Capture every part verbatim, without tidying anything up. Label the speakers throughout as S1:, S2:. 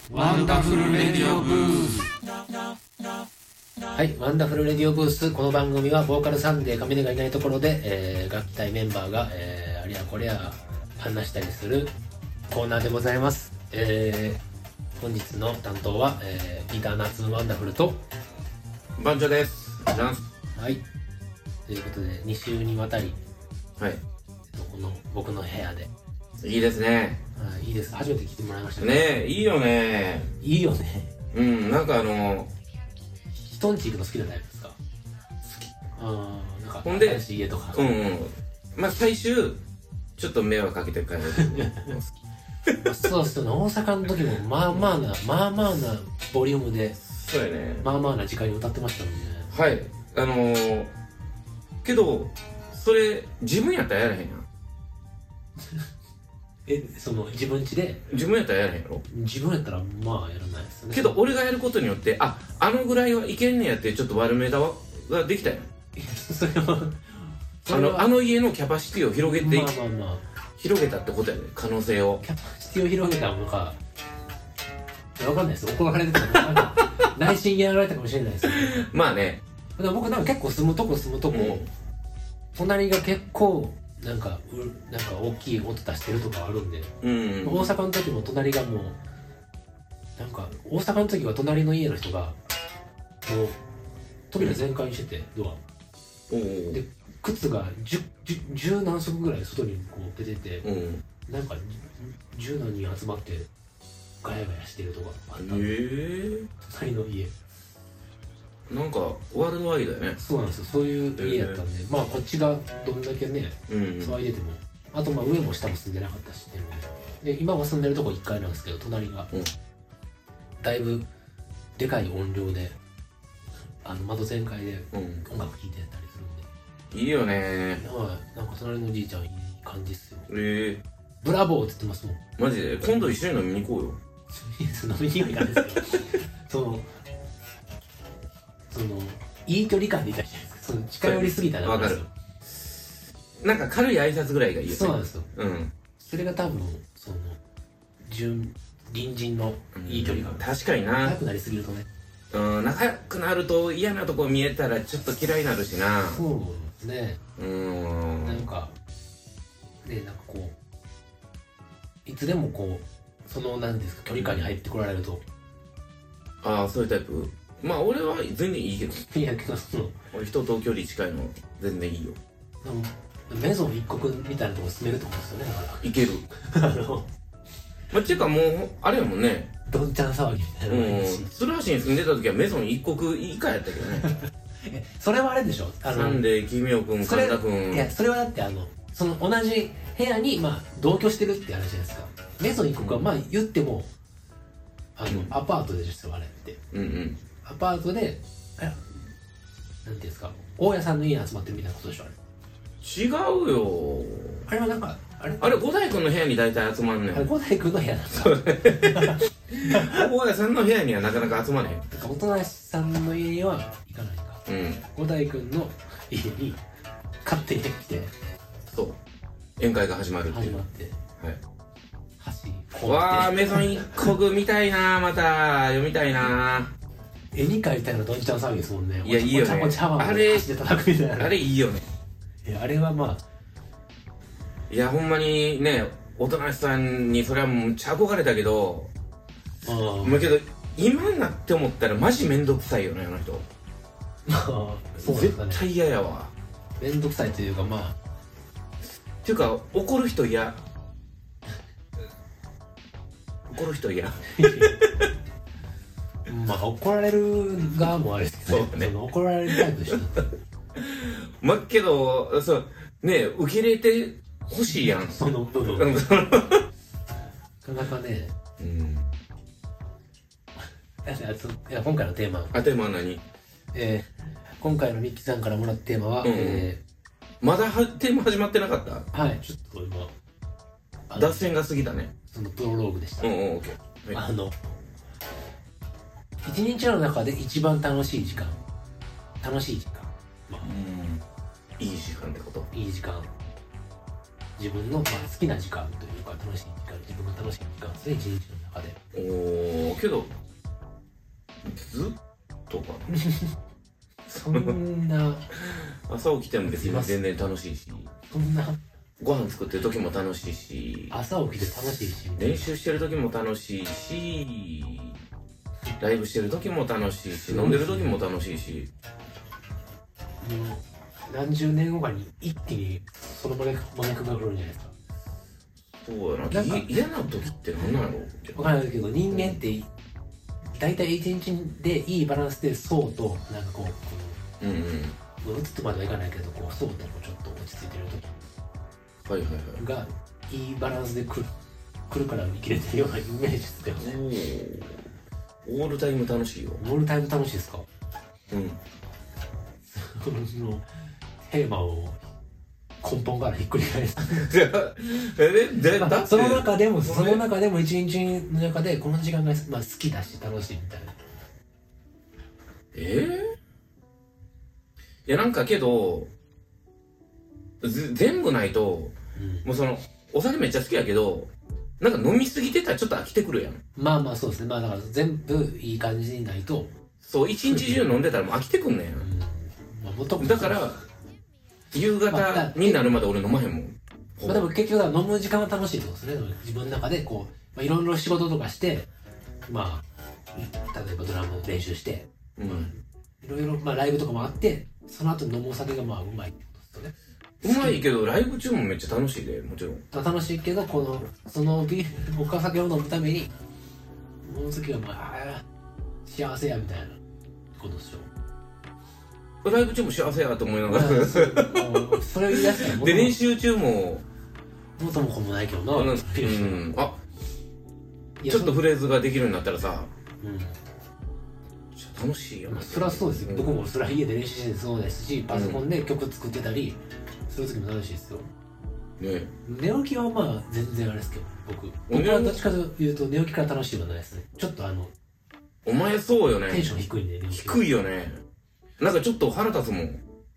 S1: ワンダフルレディオブース。
S2: はい、ワンダフルレディオブース。この番組はボーカルサンデー亀根がいないところで、えー、楽器隊メンバーが、えー、ありゃこれや話したりするコーナーでございます。えー、本日の担当は、えー、ギターナッツワンダフルと
S1: 番長です。じゃん。
S2: はい、ということでに週にわたり、
S1: はい、
S2: この僕の部屋で
S1: いいですね。
S2: はい、いいです。初めて来てもらいました
S1: ねえ、いいよね。
S2: いいよね。
S1: うん、なんかあの
S2: 人んち行くの好きなタイプですか？
S1: 好き。
S2: あー、なんか
S1: ほんで
S2: 新しい家とか。
S1: うんうん。まあ最終ちょっと迷惑かけて帰る好き。
S2: そうっすよね。大阪の時もまあまあなまあまあなボリュームで
S1: そうやね。
S2: まあまあな時間に歌ってましたもんね。
S1: はい。あのー、けどそれ自分やったらやらへんやん。
S2: え、その自分家で
S1: 自分やったらやらへんやろ。
S2: 自分やったらまあやらないですね。
S1: けど俺がやることによってああのぐらいはいけんねやってちょっと悪目玉ができたやん。
S2: それは
S1: あのあの家のキャパシティを広げてい、
S2: まあまあまあ
S1: 広げたってことやね。可能性を
S2: キャパシティを広げたのかわかんないです。怒られてたかなんか内心やられたかもしれないですよ。
S1: まあね。
S2: でも僕なんか結構住むとこ住むとこ、
S1: うん、
S2: 隣が結構なんかうなんか大きい音出してるとかあるんで、
S1: うん、
S2: 大阪の時も隣がもうなんか大阪の時は隣の家の人がもう扉全開にしててドア
S1: おー
S2: で靴がじゅう、じゅう何足ぐらい外にこう出てて、
S1: うん、
S2: なんか十何人集まってガヤガヤしてるとかあったんで、
S1: えー、
S2: 隣の家
S1: なんかワールドワイドやね。
S2: そうなんですよ。そういう家やったんで、まあこっちがどんだけね
S1: うん、
S2: 騒いでても、あとまあ上も下も住んでなかったしっていうので、で今は住んでるとこいっかいなんですけど、隣が、
S1: うん、
S2: だいぶでかい音量であの窓全開で
S1: うん、
S2: 音楽聴いてたりするんで、
S1: いいよね。
S2: はい、なんか隣のおじいちゃんいい感じっすよ。
S1: えー、
S2: ブラボーって言ってますもん。
S1: マジで今度一緒に飲みに行こうよ。
S2: 飲みにはいかないですけどそのそのいい距離感でいたいじゃないですか。その近寄りすぎたら
S1: わかる。なんか軽い挨拶ぐらいがいいよね。
S2: そうなんですよ。
S1: うん。
S2: それが多分その準隣人のいい距離感、
S1: うん、確かにな。
S2: 仲良くなりすぎるとね。
S1: うん、仲良くなると嫌なとこ見えたらちょっと嫌いになるしな。
S2: そうですね。
S1: うーん。
S2: なんかね、なんかこういつでもこうその何ですか距離感に入ってこられると、
S1: ああ、そういうタイプ。まあ俺は全然いいけど。
S2: いやけどその
S1: 俺人と距離近いの全然いいよ。
S2: メゾン一国みたいなとこ住めるってことですよね。だか
S1: いける。
S2: らあの
S1: まあ、っていうかもうあれやもんね。
S2: どんちゃん騒ぎみたいなのがいいし、
S1: うん。鶴橋に住んでた時はメゾン一国以下やったけどね。
S2: えそれはあれでしょ。あ
S1: サンデー、奇妙くん、
S2: それ
S1: 神田くん。
S2: いやそれはだってあのその同じ部屋にまあ同居してるって話じゃないですか。メゾン一国はまあ言ってもあの、
S1: うん、
S2: アパートでしょあれって。
S1: うんうん。
S2: アパートであなんていうんですか、大家さんの家に集まってるみたいなことでしょあれ。
S1: 違うよ。
S2: あれはなんかあれ
S1: あれ五代くんの部屋に大体集まんねん。
S2: あれ五代君の部屋なんか
S1: 大家さんの部屋にはなかなか集まれへん。
S2: お隣さんの家には行かないか。
S1: うん。
S2: 五代君の家に勝手に来て
S1: そう。宴会が始まるっていう。
S2: 始まって
S1: はい。
S2: 橋
S1: わあ、
S2: こ
S1: メゾン一国見たいな。また読みたいな。
S2: 絵に描いたようなどんちゃん騒ぎですもんね。
S1: いやいいよね
S2: お茶碗
S1: あれ
S2: で叩くみたいな。
S1: あれいいよね。
S2: いやあれはまあ
S1: いやほんまにね、お隣さんにそれはむっちゃ憧れたけど、
S2: あ
S1: まあけど今になって思ったらマジめんどくさいよね、あの人。
S2: あそうなんですかね。
S1: 絶対嫌やわ。
S2: めんどくさいというかまあ
S1: っていうか怒る人嫌。怒る人嫌。
S2: まあ怒られる側もあれですけど、
S1: そうね、
S2: その怒られるタイプでしょ。
S1: まあけどそうね、受け入れてほしいやん。
S2: その部分
S1: うん
S2: なかなかね。
S1: うん
S2: いや今回のテーマ、
S1: あ、テーマは何？
S2: えー、今回のミッキーさんからもらったテーマは、
S1: うんうん、
S2: え
S1: まだはテーマ始まってなかった？
S2: はい、ちょっと今
S1: 脱線が過ぎたね。
S2: そのプロローグでした。
S1: うんうん、オッケー。はい、
S2: あの一日の中で一番楽しい時間、楽しい時間、まあ、
S1: うん、いい時間ってこと？
S2: いい時間、自分の、まあ、好きな時間というか楽しい時間、自分が楽しい時間ですね、一日の中中で。
S1: おーけどずっとかな
S2: そんな
S1: 朝起きても別に全然楽しいし、
S2: そんな
S1: ご飯作ってる時も楽しいし、
S2: 朝起きて楽しいし、
S1: 練習してる時も楽しいし、ライブしてる時も楽しいし、飲んでる時も楽しいし、
S2: もう何十年後かに一気にその真逆が来るんじゃないですか。
S1: そうやな。
S2: なんか
S1: い嫌な時って何なのって
S2: 分からないけど、人間って大体一日でいいバランスでそうとなんかこうこ
S1: うんうん
S2: のうつとまではいかないけど、こうそうともちょっと落ち着いてる
S1: はいはいはい
S2: 時がいいバランスで来る来るから生きれてるようなイメージですけどね。
S1: おーオールタイム楽しいよ。
S2: オールタイム楽しいですか？
S1: うん
S2: そのテーマを根本からひっくり返す
S1: えでだって
S2: その中でもその中でも一日の中でこの時間が、まあ、好きだし楽しいみたいな。
S1: えー、いやなんかけどぜ全部ないと、
S2: うん、
S1: もうそのお酒めっちゃ好きやけどなんか飲みすぎてたらちょっと飽きてくるやん。
S2: まあまあそうですね。まあだから全部いい感じにないと、
S1: そう一日中飲んでたらもう飽きてくんねん、
S2: うんまあ、もともと
S1: だから夕方になるまで俺飲まへんもん。
S2: まあでも結局は飲む時間は楽しいってことですね。自分の中でこう、まあ、いろいろ仕事とかしてまあ例えばドラム練習して、
S1: うん
S2: まあ、いろいろまあライブとかもあってその後飲むお酒がまあうまいってことですよね。
S1: うまいけどライブ中もめっちゃ楽しいでもちろん
S2: 楽しいけどこのそのビールお酒を飲むために飲む時はまああ幸せやみたいなことでしょ。
S1: ライブ中も幸せやと思いながら
S2: それを言い出したら
S1: で練習中も
S2: 元も子もないけどな、
S1: うん、
S2: ピルシュ
S1: うん、あちょっとフレーズができるようになったらさ、
S2: うん、
S1: 楽しいよな。
S2: そりゃそうですよ、
S1: うん、
S2: 僕もそれは家で練習してそうですしパソコンで曲作ってたりする時も楽しいですよ、
S1: ね、
S2: 寝起きはまあ全然あれですけど僕僕はどっちかというと寝起きから楽しいはないですね。ちょっとあの
S1: お前そうよね、
S2: テンション低いんで寝起き
S1: 低いよね。なんかちょっと腹立つもん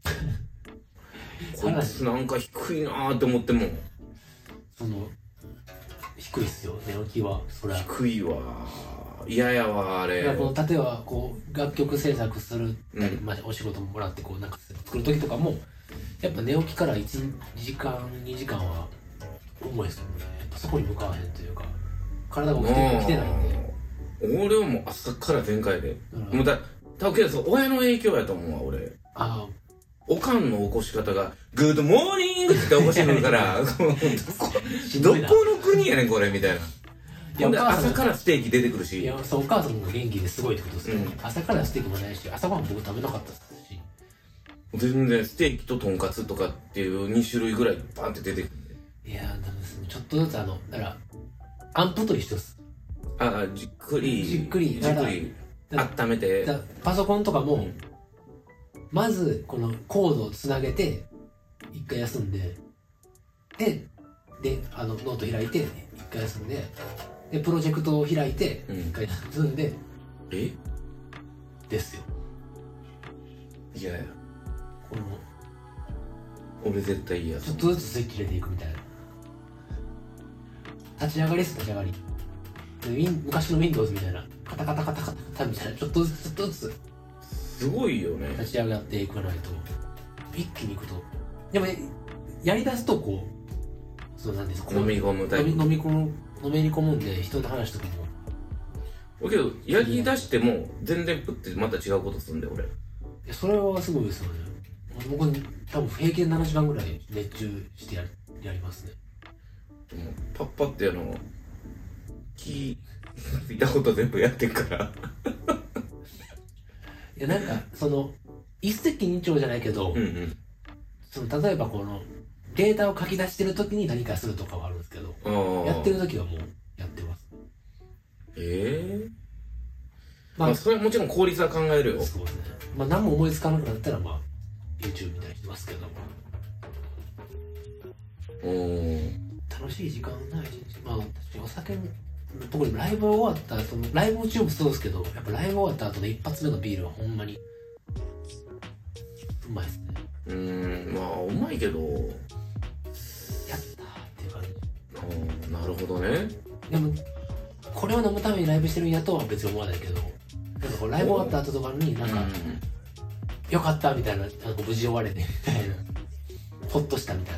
S1: こいつなんか低いなーって思っても
S2: その低いっすよ寝起きは。それは
S1: 低いわ嫌やわあれ。
S2: この例えばこう楽曲制作するたり、
S1: うん
S2: まあ、お仕事もらってこうなんか作る時とかもやっぱ寝起きからいちじかんにじかんは重いですよね。やっぱそこに向かわへんというか体が起きて起きてないんで。
S1: 俺はもう朝から全開で、
S2: うん、
S1: もうだ多分けどそう親の影響やと思うわ俺。あおかんの起こし方が「グッドモーニング」って起こしてくるからどこどこの国やねんこれみたいな。いや朝からステーキ出てくるし。
S2: いやそうお母さんが元気ですごいってことですけど、うん、朝からステーキもないし朝ごはん僕食べなかったですし
S1: 全然ステーキととんかつとかっていうに種類ぐらいバンって出てくるんで。
S2: いやダメですね。ちょっとずつあのだからアンプと一緒です。
S1: ああじっくり
S2: じっくり
S1: じっくり温めて
S2: パソコンとかも、うん、まずこのコードをつなげて一回休んででであのノート開いて一回休んででプロジェクトを開いて一回休んで、うん、
S1: え
S2: ですよ。
S1: いやいや
S2: この
S1: 俺絶対嫌。
S2: ちょっとずつスイッチ入れていくみたいな。立ち上がりです立ち上がり昔の Windows みたいなカタカタカタカタカタみたいなちょっとずつちょっとずつ
S1: すごいよね
S2: 立ち上がっていかないと一気にいくとでもやりだすとこうそうなんです
S1: 飲み込むタイプ
S2: 飲み込む飲み込むんで人の話とか
S1: もけどやりだしても全然プッてまた違うことするんだよ俺。い
S2: やそれはすごいですよね。僕多分平均ななじかんぐらい熱中してやるやりますね。
S1: でもパッパってあの聞いたこと全部やってるから
S2: いやなんかその一石二鳥じゃないけど、うんうん、その例えばこのデータを書き出してる時に何かするとかはあるんですけどやってる時はもうやってます。
S1: ええー、まあ、まあそれはもちろん効率は考えるよ。
S2: そうですね。まあ何も思いつかなくなったらまあ YouTube 見たりしてますけど
S1: おー
S2: 楽しい時間ないしまあ確かにお酒特にライブ終わった後のライブ中もそうですけどやっぱライブ終わった後の一発目のビールはほんまにうまいですね。
S1: うーんまあうまいけど
S2: やったーっていう感じ。
S1: ああなるほどね。
S2: でもこれを飲むためにライブしてるんやとは別に思わないけど、なんかこうライブ終わった後とかになんか、うん、よかったみたいな、なんか無事終われてみたいな、ほっとしたみたいな。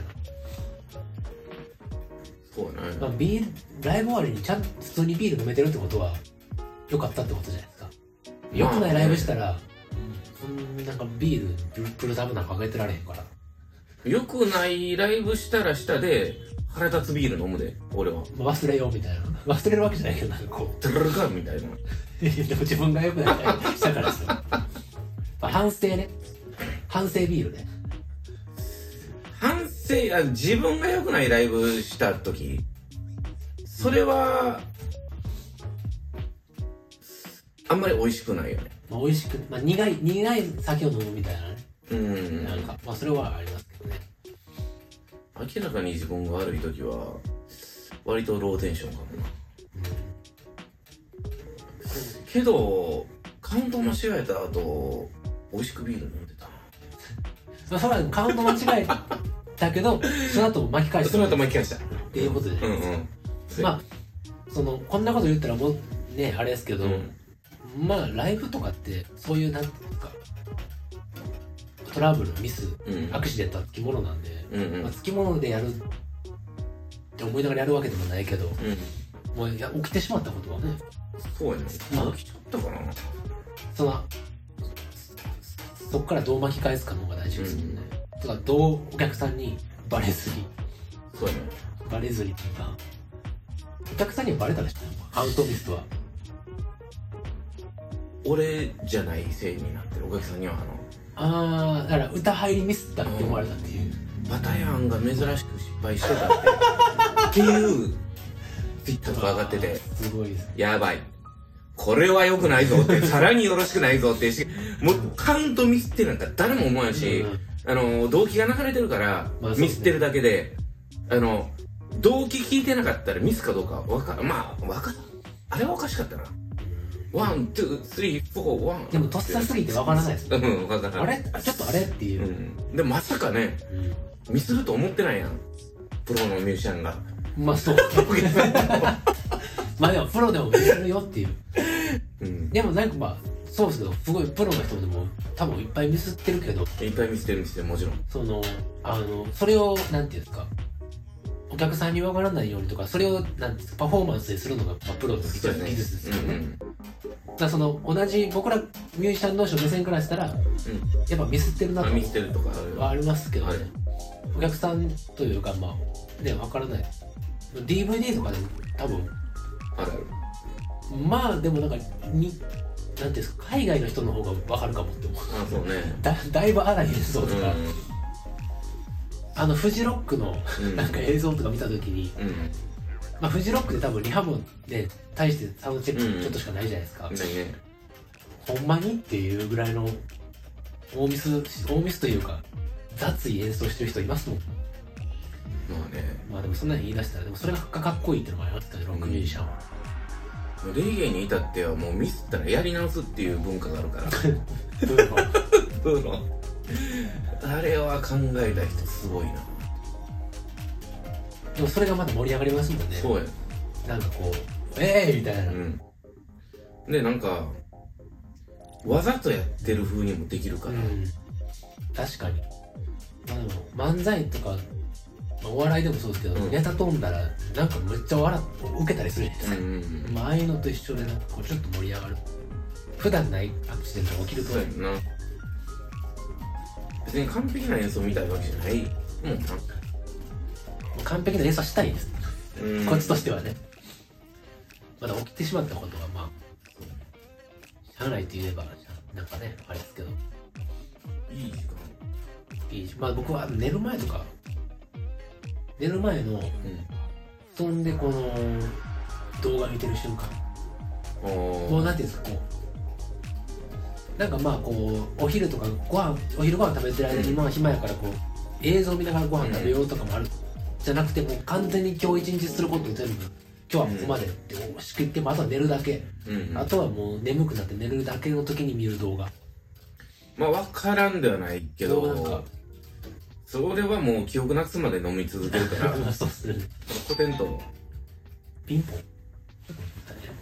S1: そうね。
S2: まあ、ビールライブ終わりにちゃんと普通にビール飲めてるってことはよかったってことじゃないですか。よくないライブしたら、うん、なんかビールプルタブなんかかけてられへんから。
S1: よくないライブしたら下で腹立つビール飲むで、俺は。
S2: 忘れようみたいな。忘れるわけじゃないけど、なんかこう。
S1: トゥルルカみたいな。
S2: でも自分がよくないライブしたからですよ。まあ、反省ね。反省ビールね。
S1: 反省、あ、自分が良くないライブした時、それは、あんまり美味しくないよね。
S2: まあ、美味しく、まあ、苦い、苦い酒を飲むみたいなね。
S1: うん。
S2: なんか、まあ、それはありますけどね。
S1: 明らかに自分が悪い時は、割とローテンションかもな。うん、けど、カウント間違えた後、美味しくビール飲んでたな。
S2: まあ、それはカウント間違えたけど、その後巻き返した。
S1: その後巻き返した。
S2: っていうことで、
S1: うんうん。
S2: まあ、その、こんなこと言ったらもうね、あれですけど、うん、まあ、ライブとかって、そういう、なんていうか、トラブル、ミス、うん、アクシデントはつきものなんで、うんうん、まあ、つきものでやるって思いながらやるわけでもないけど、うん、もういや起きてしまったことはね。
S1: そうやね。まあ、起きちゃったかな。
S2: その、そこからどう巻き返すかの方が大事ですもんね。うん、とか、どうお客さんにバレずに。
S1: そうやね。
S2: バレずにっていうか、お客さんにはバレたでしょ、アウトミスは。
S1: 俺じゃないせいになってる、お客さんにはあの、
S2: あー、だから歌入りミスったって思われたっていう。
S1: バタヤンが珍しく失敗してたってっていうツイッターとか上がってて、
S2: すごいです、ね、
S1: やばい、これは良くないぞってさらによろしくないぞってし、もうカウントミスってなんか誰も思わんし、うん、あの動機が流れてるから、まあね、ミスってるだけで、あの動機聞いてなかったらミスかどうかわかまあわかあれはおかしかったな。ワン、ツー、スリー、フォー、ワン。
S2: でもとっさすぎてわからないですよ。
S1: うん、わからない。
S2: あれちょっとあれっていう。うん、
S1: でもまさかね、うん、ミスると思ってないやん。プロのミュージシャンが。
S2: まあそう。まあでもプロでもミスるよっていう。うん、でもなんかまあ、そうですけど、すごいプロの人でも多分いっぱいミスってるけど。
S1: いっぱいミスってるミスってる、もちろん。
S2: その、あの、それを、なんていうんですか。お客さんに分からないようにとか、それをなんですかパフォーマンスでするのが、まあ、プロの技術ですよね。うんうん、だからその同じ僕らミュージシャン同士の目線からしたら、うん、やっぱミスってるなと
S1: ミスってるとか
S2: はありますけどね、はい、お客さんというかまあね分からない ディーブイディー とかでも多分
S1: あるある
S2: まあでもなんかになんていうんですか海外の人の方が分かるかもって思う。
S1: あそうね
S2: だだいぶ荒い演奏とか、うんあのフジロックのなんか映像とか見たときに、うん、まあフジロックで多分リハもね対してサウンドチェックちょっとしかないじゃないですか、うんうん、ほんまにっていうぐらいの大ミス大ミスというか雑い演奏してる人いますもん。ま
S1: あね
S2: まあでもそんなに言い出したらでもそれがかっこいいっていうのもありますからね、ロックミュージシャンは、
S1: うん、レゲエに至ってはもうミスったらやり直すっていう文化があるからプロプロあれは考えた人すごいな。
S2: でもそれがまだ盛り上がりますもんね。
S1: そうや。
S2: なんかこうええー、みたいな、うん、
S1: でなんかわざとやってる風にもできるから、うん、
S2: 確かに。まあでも漫才とかお笑いでもそうですけど、うん、ネタ飛んだらなんかめっちゃ笑って受けたりするじゃないですか、うんうんうん、まあああいうのと一緒でなんかこうちょっと盛り上がる。普段ないアクシデントが起きると
S1: そうやな。別に完璧な演奏みたいわけじゃないもんな。
S2: 完璧な演奏したいです、こっちとしてはね。まだ起きてしまったことはまあしゃあないと言えばなんかねあれですけど
S1: いい時間
S2: いいまあ僕は寝る前とか寝る前の、うん、布団でこの動画見てる瞬間もうなんていうんですかこうなんかまあこうお昼とかご飯お昼ご飯食べてる間にまあ暇やからこう映像見ながらご飯食べようとかもある、じゃなくてもう完全に今日一日することを全部今日はここまでって押し切ってもあとは寝るだけ、うんうん、あとはもう眠くなって寝るだけの時に見る動画。
S1: まあ分からんではないけどなんかそれはもう記憶なくすまで飲み続けるから
S2: そうっすね。
S1: コテンと
S2: ピンポン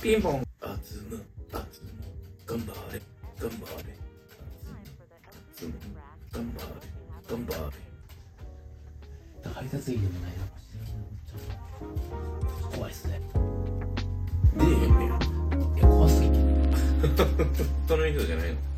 S1: ピンポン。あつむ、あつむ、頑張れ、頑張れ。あつむ、頑張れ、頑張れ。
S2: 配達員でもないのかしら。怖いっすね。
S1: 出えへんねや。
S2: いや、怖すぎて。
S1: その人じゃないの。